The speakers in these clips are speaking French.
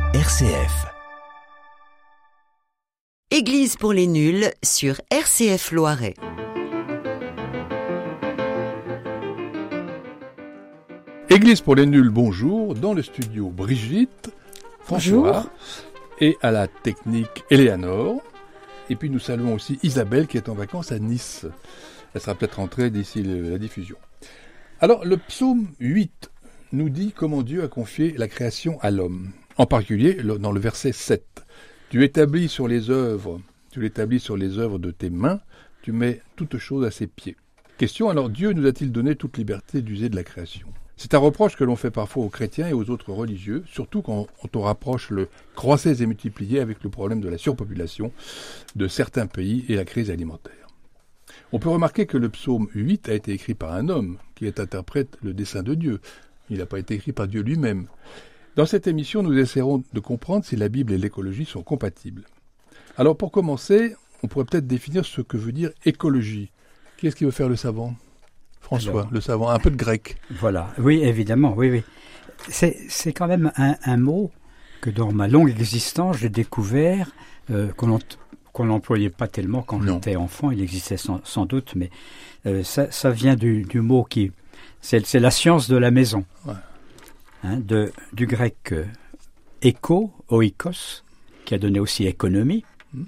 RCF. Église pour les nuls sur RCF Loiret. Église pour les nuls, bonjour. Dans le studio, Brigitte, François et à la technique, Éléanore. Et puis nous saluons aussi Isabelle qui est en vacances à Nice. Elle sera peut-être rentrée d'ici la diffusion. Alors, le psaume 8 nous dit comment Dieu a confié la création à l'homme. En particulier, dans le verset 7. Tu l'établis sur les œuvres de tes mains, tu mets toutes choses à ses pieds. Question, alors Dieu nous a-t-il donné toute liberté d'user de la création ? C'est un reproche que l'on fait parfois aux chrétiens et aux autres religieux, surtout quand on rapproche le croissez et multipliez avec le problème de la surpopulation de certains pays et la crise alimentaire. On peut remarquer que le psaume 8 a été écrit par un homme qui interprète le dessein de Dieu. Il n'a pas été écrit par Dieu lui-même. Dans cette émission, nous essaierons de comprendre si la Bible et l'écologie sont compatibles. Alors pour commencer, on pourrait peut-être définir ce que veut dire écologie. Qui est-ce qui veut faire le savant ? François, le savant, un peu de grec. Voilà, oui, évidemment, oui. C'est quand même un mot que dans ma longue existence, j'ai découvert, qu'on n'employait pas tellement quand j'étais enfant, il existait sans doute, mais ça vient du mot qui... C'est la science de la maison. Ouais. Du grec oikos, qui a donné aussi économie,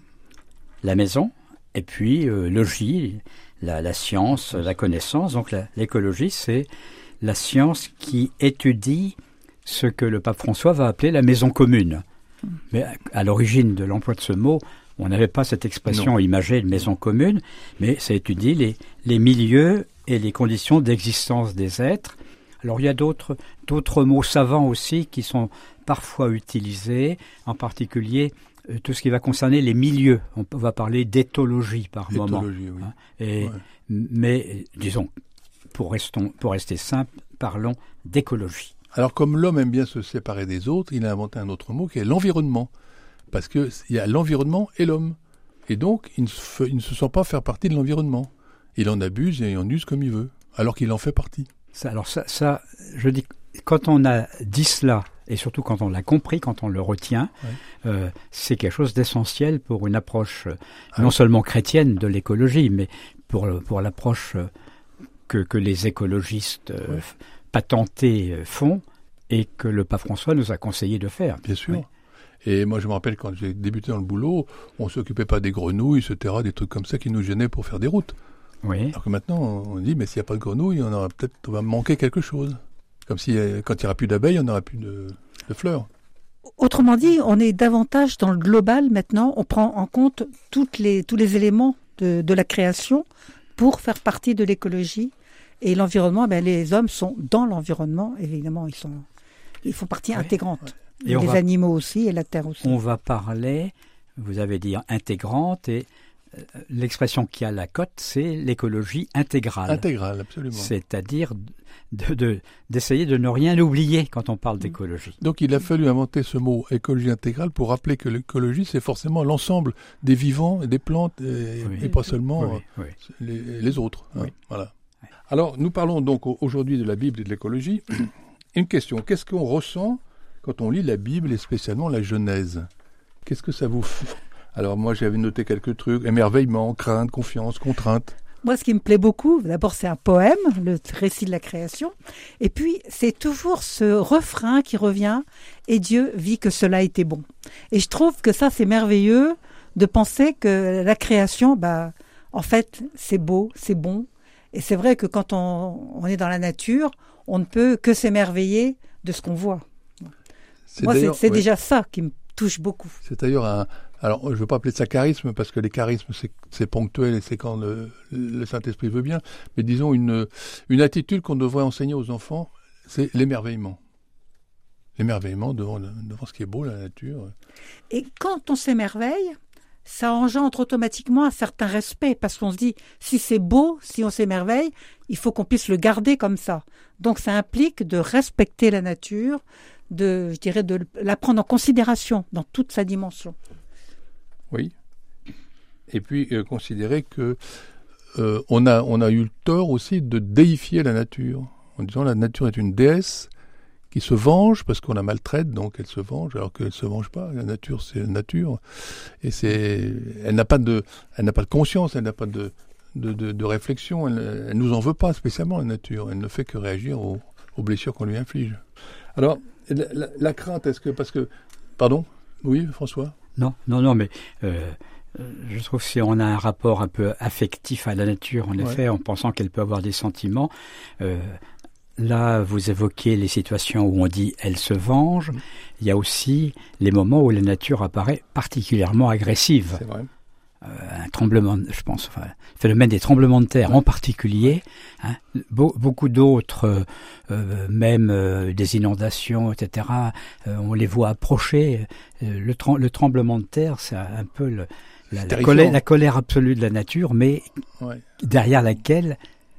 la maison, et puis logie, la science, la connaissance. Donc l'écologie, c'est la science qui étudie ce que le pape François va appeler la maison commune. Mais à l'origine de l'emploi de ce mot, on n'avait pas cette expression imagée de maison commune, mais ça étudie les milieux et les conditions d'existence des êtres. Alors il y a d'autres mots savants aussi qui sont parfois utilisés, en particulier tout ce qui va concerner les milieux. On va parler d'éthologie par moment. Oui. Mais disons, pour rester simple, parlons d'écologie. Alors comme l'homme aime bien se séparer des autres, il a inventé un autre mot qui est l'environnement. Parce qu'il y a l'environnement et l'homme. Et donc, il ne se sent pas faire partie de l'environnement. Il en abuse et en use comme il veut, alors qu'il en fait partie. Ça, je dis, quand on a dit cela, et surtout quand on l'a compris, quand on le retient, c'est quelque chose d'essentiel pour une approche non seulement chrétienne de l'écologie, mais pour l'approche que les écologistes patentés font et que le pape François nous a conseillé de faire. Bien sûr. Oui. Et moi, je me rappelle, quand j'ai débuté dans le boulot, on ne s'occupait pas des grenouilles, etc., des trucs comme ça qui nous gênaient pour faire des routes. Oui. Alors que maintenant, on dit, mais s'il n'y a pas de grenouilles, on va manquer quelque chose. Comme si, quand il n'y aura plus d'abeilles, on n'aura plus de fleurs. Autrement dit, on est davantage dans le global maintenant. On prend en compte tous les éléments de la création pour faire partie de l'écologie. Et l'environnement, les hommes sont dans l'environnement, évidemment, ils font partie intégrante. Ouais. Et les animaux aussi et la terre aussi. On va parler, vous avez dit intégrante, et l'expression qui a la cote, c'est l'écologie intégrale. Intégrale, absolument. C'est-à-dire d'essayer de ne rien oublier quand on parle d'écologie. Donc il a fallu inventer ce mot écologie intégrale pour rappeler que l'écologie, c'est forcément l'ensemble des vivants, des plantes, et pas seulement les autres. Oui. Voilà. Alors nous parlons donc aujourd'hui de la Bible et de l'écologie. Une question, qu'est-ce qu'on ressent quand on lit la Bible et spécialement la Genèse? Qu'est-ce que ça vous fait? Alors moi j'avais noté quelques trucs, émerveillement, crainte, confiance, contrainte. Moi ce qui me plaît beaucoup, d'abord c'est un poème, le récit de la création, et puis c'est toujours ce refrain qui revient, et Dieu vit que cela était bon. Et je trouve que ça c'est merveilleux de penser que la création, en fait c'est beau, c'est bon, et c'est vrai que quand on est dans la nature, on ne peut que s'émerveiller de ce qu'on voit. C'est déjà ça qui me touche beaucoup. C'est d'ailleurs alors, je ne veux pas appeler ça charisme, parce que les charismes, c'est ponctuel et c'est quand le Saint-Esprit veut bien. Mais disons, une attitude qu'on devrait enseigner aux enfants, c'est l'émerveillement. L'émerveillement devant ce qui est beau, la nature. Et quand on s'émerveille, ça engendre automatiquement un certain respect, parce qu'on se dit, si c'est beau, si on s'émerveille, il faut qu'on puisse le garder comme ça. Donc ça implique de respecter la nature, de la prendre en considération dans toute sa dimension. Oui. Et puis considérer que on a eu le tort aussi de déifier la nature, en disant la nature est une déesse qui se venge parce qu'on la maltraite, donc elle se venge, alors qu'elle se venge pas. La nature, c'est la nature. Et elle n'a pas de conscience, elle n'a pas de réflexion. Elle nous en veut pas spécialement, la nature. Elle ne fait que réagir aux blessures qu'on lui inflige. Alors, la crainte, pardon? Oui, François? Non, mais je trouve que si on a un rapport un peu affectif à la nature, en effet, en pensant qu'elle peut avoir des sentiments, là, vous évoquez les situations où on dit « elle se venge ». Il y a aussi les moments où la nature apparaît particulièrement agressive. C'est vrai. Un tremblement, je pense, le phénomène des tremblements de terre en particulier, hein, beaucoup d'autres, même des inondations, etc., on les voit approcher. Le tremblement de terre, c'est un peu la colère absolue de la nature, mais derrière laquelle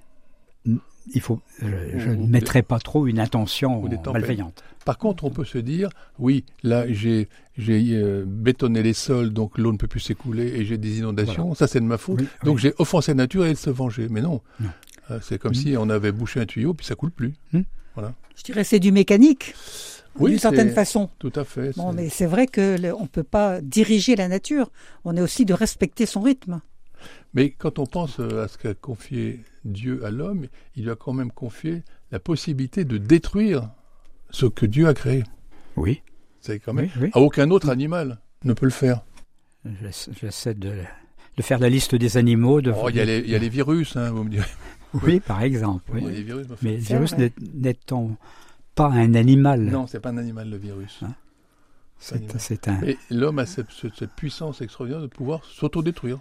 je ne mettrai pas trop une intention malveillante. Par contre, on peut se dire, oui, là, j'ai bétonné les sols, donc l'eau ne peut plus s'écouler et j'ai des inondations. Voilà. Ça, c'est de ma faute. Donc, j'ai offensé la nature et elle se venger. Mais non. C'est comme si on avait bouché un tuyau puis ça coule plus. Voilà. Je dirais que c'est du mécanique. Oui, d'une certaine façon. Tout à fait. Bon, mais c'est vrai qu'on ne peut pas diriger la nature. On est aussi de respecter son rythme. Mais quand on pense à ce qu'a confié Dieu à l'homme, il lui a quand même confié la possibilité de détruire ce que Dieu a créé. Oui. C'est quand même. Aucun autre animal ne peut le faire. J'essaie de faire la liste des animaux. Il y a les virus, hein, vous me direz. Oui, par exemple. Oui. Il y a les virus, mais le virus n'étant pas un animal. Non, c'est pas un animal, le virus. Hein? C'est un. Et l'homme a cette puissance extraordinaire de pouvoir s'autodétruire.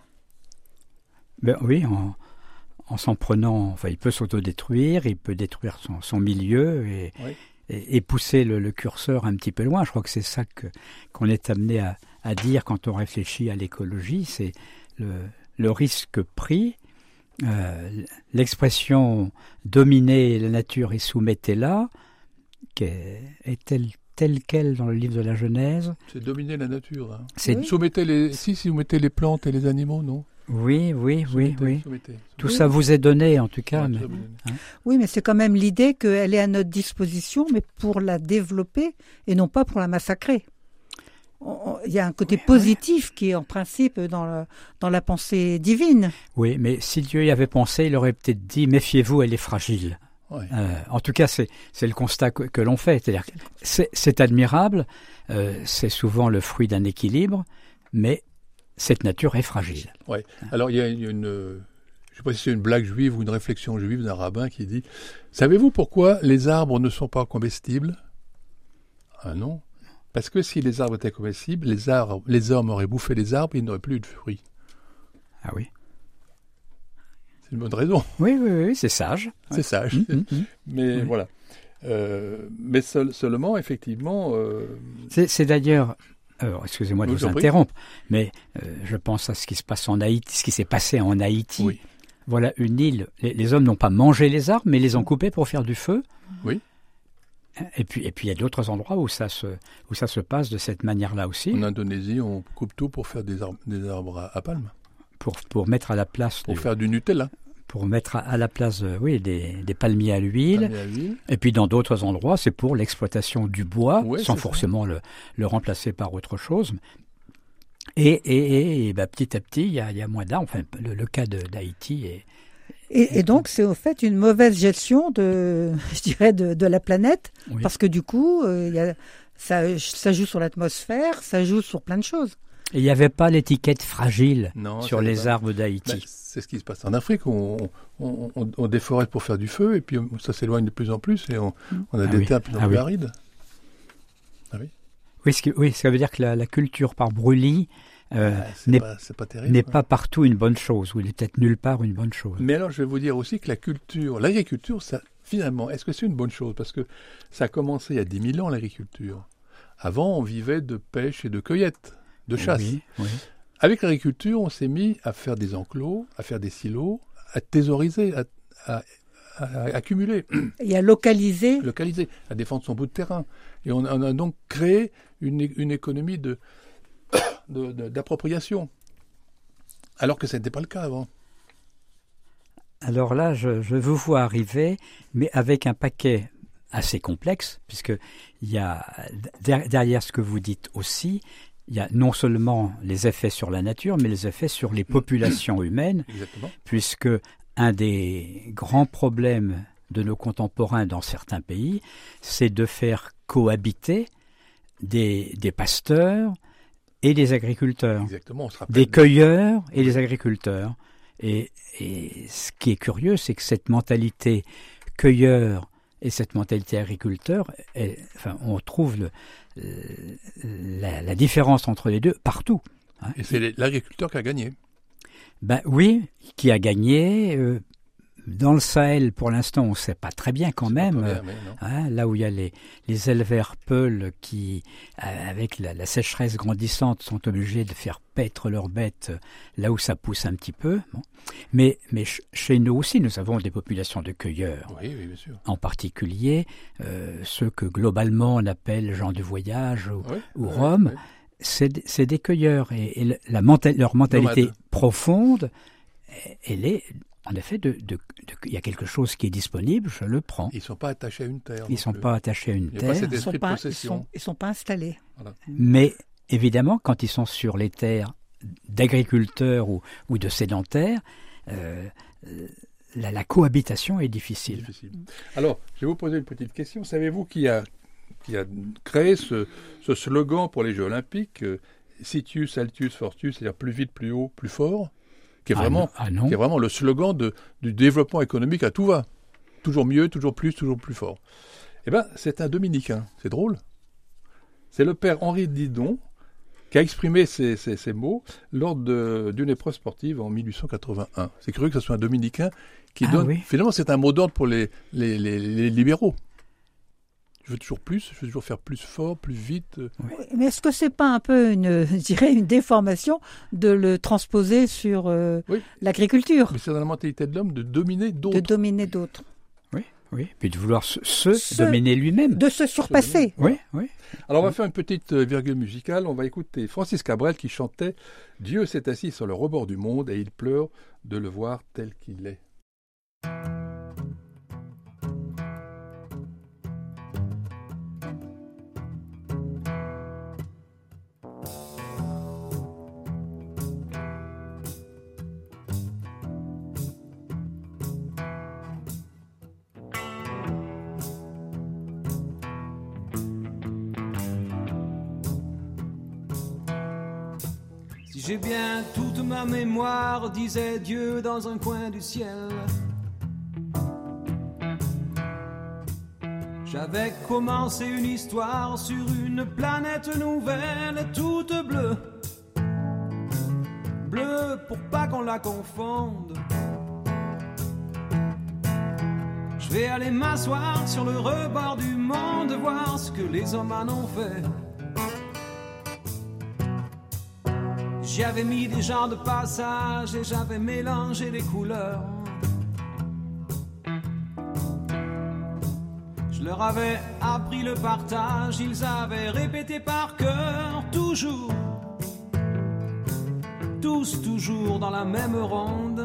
Ben oui, en s'en prenant, il peut s'autodétruire, il peut détruire son milieu et pousser le curseur un petit peu loin. Je crois que c'est ça qu'on est amené à dire quand on réfléchit à l'écologie, c'est le risque pris. L'expression « dominer la nature et soumettez-la » est telle quelle dans le livre de la Genèse. C'est dominer la nature. Hein. Si vous mettez les plantes et les animaux, non? Oui. Tout ça vous est donné, en tout cas. Oui, mais c'est quand même l'idée qu'elle est à notre disposition, mais pour la développer et non pas pour la massacrer. Il y a un côté positif qui est en principe dans la pensée divine. Oui, mais si Dieu y avait pensé, il aurait peut-être dit « méfiez-vous, elle est fragile ». En tout cas, c'est le constat que l'on fait. C'est-à-dire que c'est admirable, c'est souvent le fruit d'un équilibre, mais cette nature est fragile. Oui. Alors, il y a je ne sais pas si c'est une blague juive ou une réflexion juive d'un rabbin qui dit « Savez-vous pourquoi les arbres ne sont pas comestibles ?» Ah non. Parce que si les arbres étaient comestibles, les hommes auraient bouffé les arbres et ils n'auraient plus eu de fruits. Ah oui. C'est une bonne raison. Oui, c'est sage. C'est sage. Mais voilà. Mais seulement, effectivement... C'est d'ailleurs... excusez-moi de vous interrompre, mais je pense à ce qui se passe en Haïti, ce qui s'est passé en Haïti. Oui. Voilà une île. Les hommes n'ont pas mangé les arbres, mais les ont coupés pour faire du feu. Oui. Et puis il y a d'autres endroits où ça se passe de cette manière-là aussi. En Indonésie, on coupe tout pour faire des arbres à palme. Pour mettre à la place... Pour faire du Nutella. Pour mettre à la place des palmiers à l'huile. Et puis dans d'autres endroits, c'est pour l'exploitation du bois, sans forcément le remplacer par autre chose. Et petit à petit, il y a moins d'arbres. Enfin, le cas d'Haïti est... Et donc, c'est au fait une mauvaise gestion de la planète, parce que du coup, ça joue sur l'atmosphère, ça joue sur plein de choses. Et il n'y avait pas l'étiquette fragile sur les arbres d'Haïti. C'est ce qui se passe en Afrique. On déforeste pour faire du feu, et puis ça s'éloigne de plus en plus, et on a des terres plus en plus arides. Ah oui. Oui, ça veut dire que la culture par brûlis n'est pas partout une bonne chose, ou il n'est peut-être nulle part une bonne chose. Mais alors, je vais vous dire aussi que l'agriculture, ça, finalement, est-ce que c'est une bonne chose? Parce que ça a commencé il y a 10 000 ans, l'agriculture. Avant, on vivait de pêche et de cueillette, de chasse. Oui. Avec l'agriculture, on s'est mis à faire des enclos, à faire des silos, à thésauriser, à accumuler. Et à localiser. À défendre son bout de terrain. Et on a donc créé une économie d'appropriation. Alors que ce n'était pas le cas avant. Alors là, je vous vois arriver, mais avec un paquet assez complexe, puisque il y a derrière ce que vous dites aussi, il y a non seulement les effets sur la nature, mais les effets sur les populations humaines. Exactement. Puisque un des grands problèmes de nos contemporains dans certains pays, c'est de faire cohabiter des pasteurs et des agriculteurs, Exactement, on se rappelle des cueilleurs et des agriculteurs. Et ce qui est curieux, c'est que cette mentalité cueilleur et cette mentalité agriculteur, on trouve la différence entre les deux partout. Hein. Et c'est l'agriculteur qui a gagné. Ben oui, qui a gagné. Dans le Sahel, pour l'instant, on ne sait pas très bien quand même. Là où il y a les éleveurs peuls qui, avec la sécheresse grandissante, sont obligés de faire paître leurs bêtes là où ça pousse un petit peu. Bon. Mais chez nous aussi, nous avons des populations de cueilleurs. Oui, bien sûr. En particulier, ceux que globalement on appelle gens du voyage ou Roms. Oui. C'est des cueilleurs. Et leur mentalité nomade. Profonde, elle est... En effet, il y a quelque chose qui est disponible, je le prends. Ils ne sont pas attachés à une terre. Ils ne sont pas attachés à une terre. Ils ne sont pas installés. Voilà. Mais évidemment, quand ils sont sur les terres d'agriculteurs ou de sédentaires, la cohabitation est difficile. Alors, je vais vous poser une petite question. Savez-vous qui a créé ce slogan pour les Jeux Olympiques, Situs, Altus, Fortus, c'est-à-dire plus vite, plus haut, plus fort, qui est vraiment le slogan du développement économique à tout va. Toujours mieux, toujours plus fort. Eh bien, c'est un dominicain. C'est drôle. C'est le père Henri Didon qui a exprimé ces mots lors d'une épreuve sportive en 1881. C'est curieux que ce soit un dominicain qui donne... Oui. Finalement, c'est un mot d'ordre pour les libéraux. Je veux toujours plus, je veux toujours faire plus fort, plus vite. Oui, mais est-ce que c'est pas un peu une déformation de le transposer sur l'agriculture ? Mais c'est dans la mentalité de l'homme de dominer d'autres. Oui. Puis de vouloir se dominer lui-même. De se surpasser. Oui. Alors on va faire une petite virgule musicale. On va écouter Francis Cabrel qui chantait « Dieu s'est assis sur le rebord du monde et il pleure de le voir tel qu'il est ». J'ai bien toute ma mémoire, disait Dieu dans un coin du ciel. J'avais commencé une histoire sur une planète nouvelle, toute bleue. Bleue pour pas qu'on la confonde. Je vais aller m'asseoir sur le rebord du monde, voir ce que les hommes en ont fait. J'y avais mis des gens de passage et j'avais mélangé les couleurs. Je leur avais appris le partage, ils avaient répété par cœur, toujours, tous toujours dans la même ronde.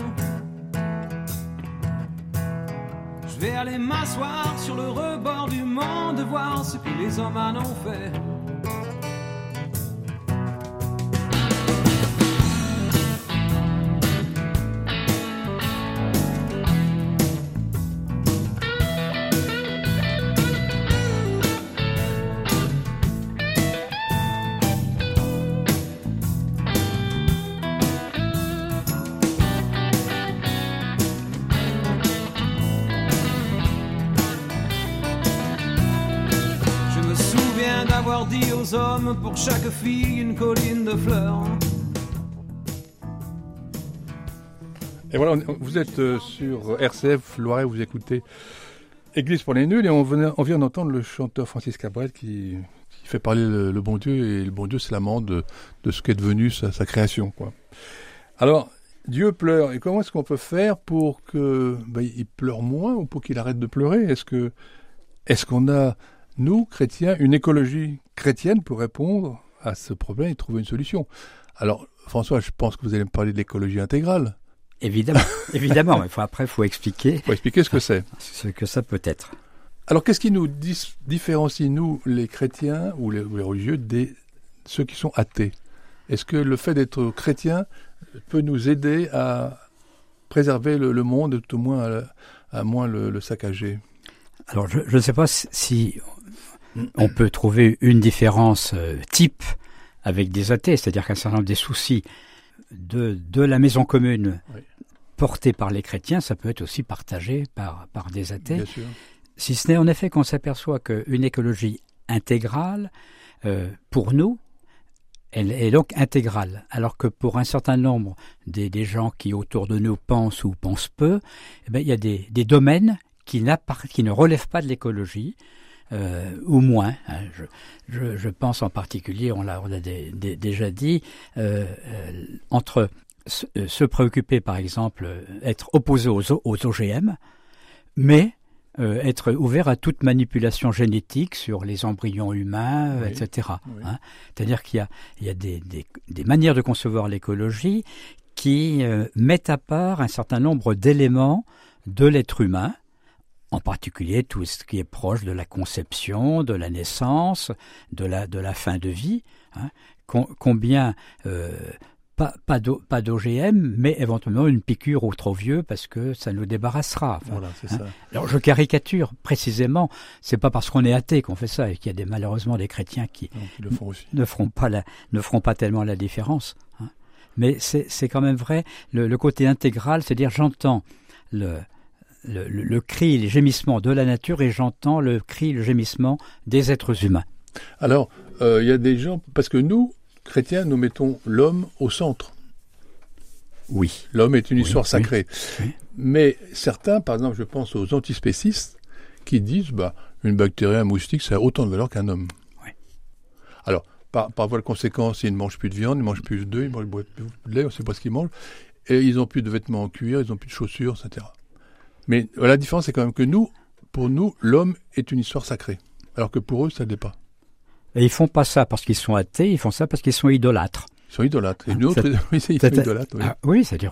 Je vais aller m'asseoir sur le rebord du monde, voir ce que les hommes en ont fait. Dit aux hommes pour chaque fille une colline de fleurs. Et voilà, vous êtes sur RCF Loiret, vous écoutez Église pour les nuls et on vient d'entendre le chanteur Francis Cabrel qui fait parler le bon Dieu, et le bon Dieu c'est l'amant de ce qu'est devenu sa création, quoi. Alors, Dieu pleure, et comment est-ce qu'on peut faire pour qu'il pleure moins ou pour qu'il arrête de pleurer ? Est-ce qu'on a, nous, chrétiens, une écologie chrétienne pour répondre à ce problème et trouver une solution ? Alors, François, je pense que vous allez me parler de l'écologie intégrale. Évidemment, mais après, il faut expliquer. Il faut expliquer ce que c'est. Ce que ça peut être. Alors, qu'est-ce qui nous différencie, nous, les chrétiens ou les religieux, de ceux qui sont athées? Est-ce que le fait d'être chrétien peut nous aider à préserver le monde, tout au moins à moins le saccager? Alors, je ne sais pas si on peut trouver une différence type avec des athées, c'est-à-dire qu'un certain nombre des soucis de la maison commune portés par les chrétiens, ça peut être aussi partagé par des athées. Bien sûr. Si ce n'est en effet qu'on s'aperçoit qu'une écologie intégrale, pour nous, elle est donc intégrale, alors que pour un certain nombre des gens qui autour de nous pensent ou pensent peu, eh bien, il y a des domaines qui ne relèvent pas de l'écologie, ou moins. Hein. Je pense en particulier, on l'a déjà dit, entre se préoccuper, par exemple, être opposé aux OGM, mais être ouvert à toute manipulation génétique sur les embryons humains, etc. Oui. Hein. C'est-à-dire qu'il y a des manières de concevoir l'écologie qui mettent à part un certain nombre d'éléments de l'être humain, en particulier tout ce qui est proche de la conception, de la naissance, de la fin de vie. Hein. Combien pas d'OGM, mais éventuellement une piqûre au trop vieux parce que ça nous débarrassera. Enfin, voilà, c'est ça. Alors je caricature précisément, c'est pas parce qu'on est athée qu'on fait ça et qu'il y a malheureusement des chrétiens qui le font aussi. ne feront pas tellement la différence. Hein. Mais c'est quand même vrai, le côté intégral, c'est-à-dire j'entends le cri, les gémissements de la nature et j'entends le cri, le gémissement des êtres humains. Alors, il y a des gens, parce que nous, chrétiens, nous mettons l'homme au centre. Oui. L'homme est une histoire sacrée. Oui. Mais certains, par exemple, je pense aux antispécistes, qui disent, une bactérie, un moustique, ça a autant de valeur qu'un homme. Oui. Alors, par voie de conséquence, ils ne mangent plus de viande, ils ne mangent plus d'œufs, ils ne boivent plus de lait, on ne sait pas ce qu'ils mangent, et ils n'ont plus de vêtements en cuir, ils n'ont plus de chaussures, etc. Mais la différence, c'est quand même que pour nous, l'homme est une histoire sacrée, alors que pour eux, ça ne l'est pas. Et ils font pas ça parce qu'ils sont athées, ils font ça parce qu'ils sont idolâtres. Ils sont idolâtres. Et une autre, ils sont idolâtres. Oui, oui, c'est-à-dire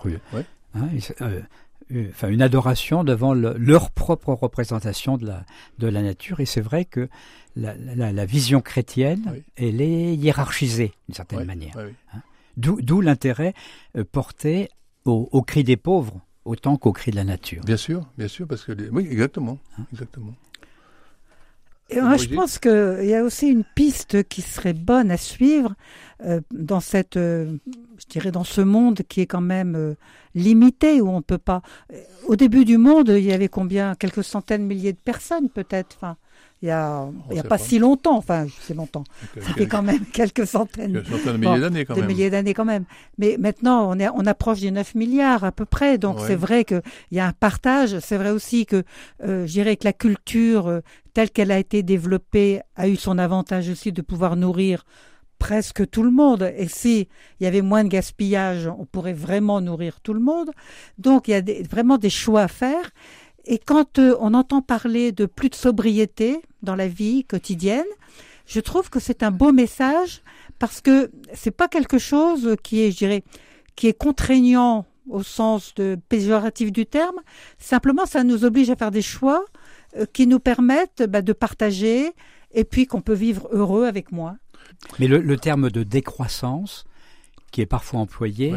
une adoration devant leur propre représentation de la nature. Et c'est vrai que la vision chrétienne, elle est hiérarchisée d'une certaine manière. Oui. Hein. D'où l'intérêt porté au cri des pauvres autant qu'au cri de la nature. Bien sûr, parce que oui, exactement. Et moi, je pense qu'il y a aussi une piste qui serait bonne à suivre dans dans ce monde qui est quand même limité, où on ne peut pas... Au début du monde, il y avait combien? Quelques centaines de milliers de personnes, peut-être. Enfin, il y a pas si longtemps. Enfin, c'est longtemps. Ça fait quand même quelques centaines de milliers d'années, quand même. Des milliers d'années, quand même. Mais maintenant, on approche des 9 milliards à peu près. Donc, c'est vrai qu'il y a un partage. C'est vrai aussi que, je dirais que la culture... telle qu'elle a été développée, a eu son avantage aussi de pouvoir nourrir presque tout le monde. Et si il y avait moins de gaspillage, on pourrait vraiment nourrir tout le monde. Donc, il y a vraiment des choix à faire. Et quand on entend parler de plus de sobriété dans la vie quotidienne, je trouve que c'est un beau message parce que c'est pas quelque chose qui est, je dirais, qui est contraignant au sens péjoratif du terme. Simplement, ça nous oblige à faire des choix qui nous permettent de partager et puis qu'on peut vivre heureux avec moins. Mais le terme de décroissance, qui est parfois employé,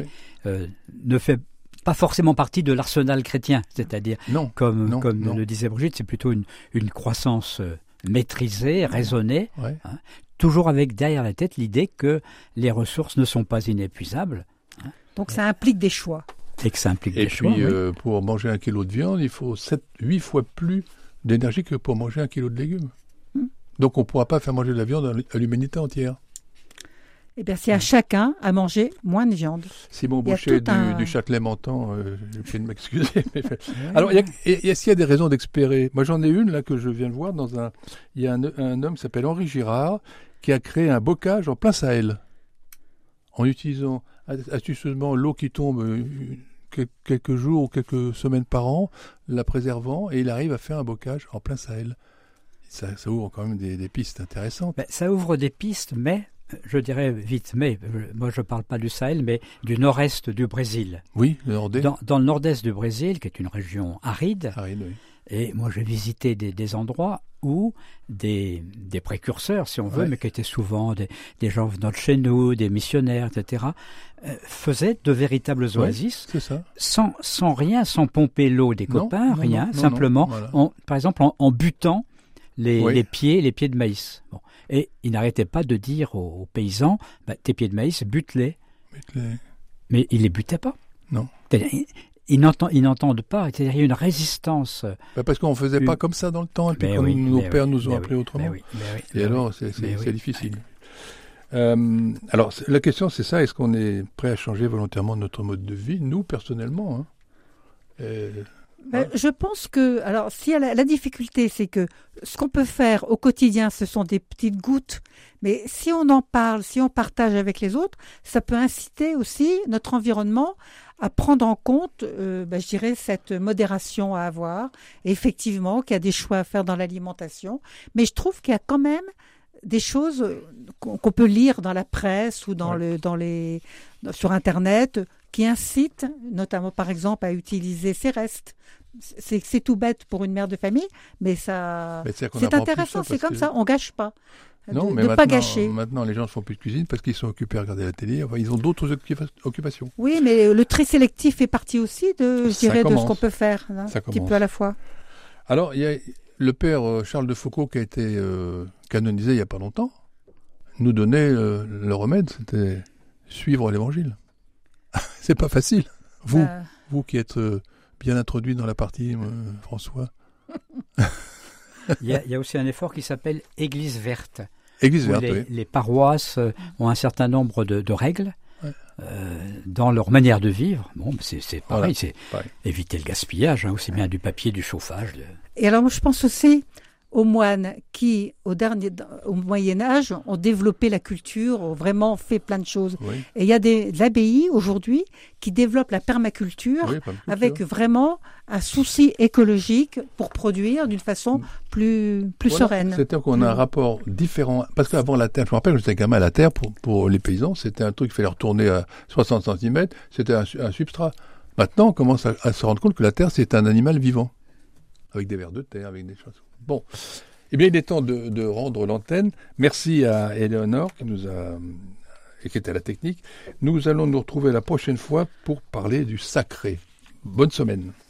ne fait pas forcément partie de l'arsenal chrétien. C'est-à-dire, comme le disait Brigitte, c'est plutôt une croissance maîtrisée, raisonnée, toujours avec derrière la tête l'idée que les ressources ne sont pas inépuisables. Donc ça implique des choix. Et que ça implique des choix. Et puis, pour manger 1 kilo de viande, il faut 8 fois plus d'énergie que pour manger 1 kilo de légumes. Donc on ne pourra pas faire manger de la viande à l'humanité entière. Eh bien, c'est à chacun à manger moins de viande. Simon Boucher du Châtelet m'entend, je viens de m'excuser. Alors, est-ce qu'il y a des raisons d'espérer? Moi, j'en ai une là que je viens de voir. Il y a un homme qui s'appelle Henri Girard qui a créé un bocage en plein Sahel en utilisant astucieusement l'eau qui tombe quelques jours ou quelques semaines par an, la préservant, et il arrive à faire un bocage en plein Sahel. Ça ouvre quand même des pistes intéressantes. Ça ouvre des pistes, mais, je dirais vite, moi je ne parle pas du Sahel, mais du nord-est du Brésil. Oui, le nord-est. Dans le nord-est du Brésil, qui est une région aride, Et moi, j'ai visité des endroits où des précurseurs, si on veut, mais qui étaient souvent des gens venant de chez nous, des missionnaires, etc., faisaient de véritables oasis, c'est ça. sans rien, sans pomper l'eau des copains, rien, simplement, voilà. Par exemple, en butant les pieds de maïs. Bon. Et ils n'arrêtaient pas de dire aux paysans, tes pieds de maïs, bute-les. Mais ils les butaient pas. Non. Ils n'entendent pas, c'est-à-dire il y a une résistance. Parce qu'on ne faisait pas comme ça dans le temps, et puis nos pères nous ont appris autrement. Et alors, c'est difficile. Alors, la question, c'est ça, est-ce qu'on est prêt à changer volontairement notre mode de vie, nous, personnellement, Je pense que, alors, si la difficulté, c'est que ce qu'on peut faire au quotidien, ce sont des petites gouttes, mais si on en parle, si on partage avec les autres, ça peut inciter aussi notre environnement à prendre en compte, je dirais, cette modération à avoir. Et effectivement, qu'il y a des choix à faire dans l'alimentation, mais je trouve qu'il y a quand même des choses qu'on peut lire dans la presse ou sur Internet qui incitent, notamment par exemple, à utiliser ses restes. C'est tout bête pour une mère de famille, mais c'est intéressant, c'est comme ça, on gâche pas. Non, mais pas gâcher. Maintenant, les gens ne font plus de cuisine parce qu'ils sont occupés à regarder la télé. Enfin, ils ont d'autres occupations. Oui, mais le tri sélectif fait partie aussi de ce qu'on peut faire, un petit peu à la fois. Alors, il y a le père Charles de Foucauld qui a été canonisé il n'y a pas longtemps, nous donnait le remède, c'était suivre l'Évangile. C'est pas facile. Vous qui êtes bien introduit dans la partie, François. Il y a aussi un effort qui s'appelle Église verte. Église verte, oui. Les paroisses ont un certain nombre de règles dans leur manière de vivre. Bon, c'est pareil, c'est éviter le gaspillage, aussi bien du papier, du chauffage. Et alors, moi, je pense aussi aux moines qui, au Moyen-Âge, ont développé la culture, ont vraiment fait plein de choses. Oui. Et il y a des abbayes aujourd'hui qui développent la permaculture, avec vraiment un souci écologique pour produire d'une façon plus sereine. C'est-à-dire qu'on a un rapport différent. Parce qu'avant la terre, je me rappelle, j'étais gamin, la terre, pour les paysans, c'était un truc qu'il fallait retourner à 60 cm, c'était un substrat. Maintenant, on commence à se rendre compte que la terre, c'est un animal vivant. Avec des vers de terre, avec des choses. Bon, eh bien, il est temps de rendre l'antenne. Merci à Éléonore qui était à la technique. Nous allons nous retrouver la prochaine fois pour parler du sacré. Bonne semaine.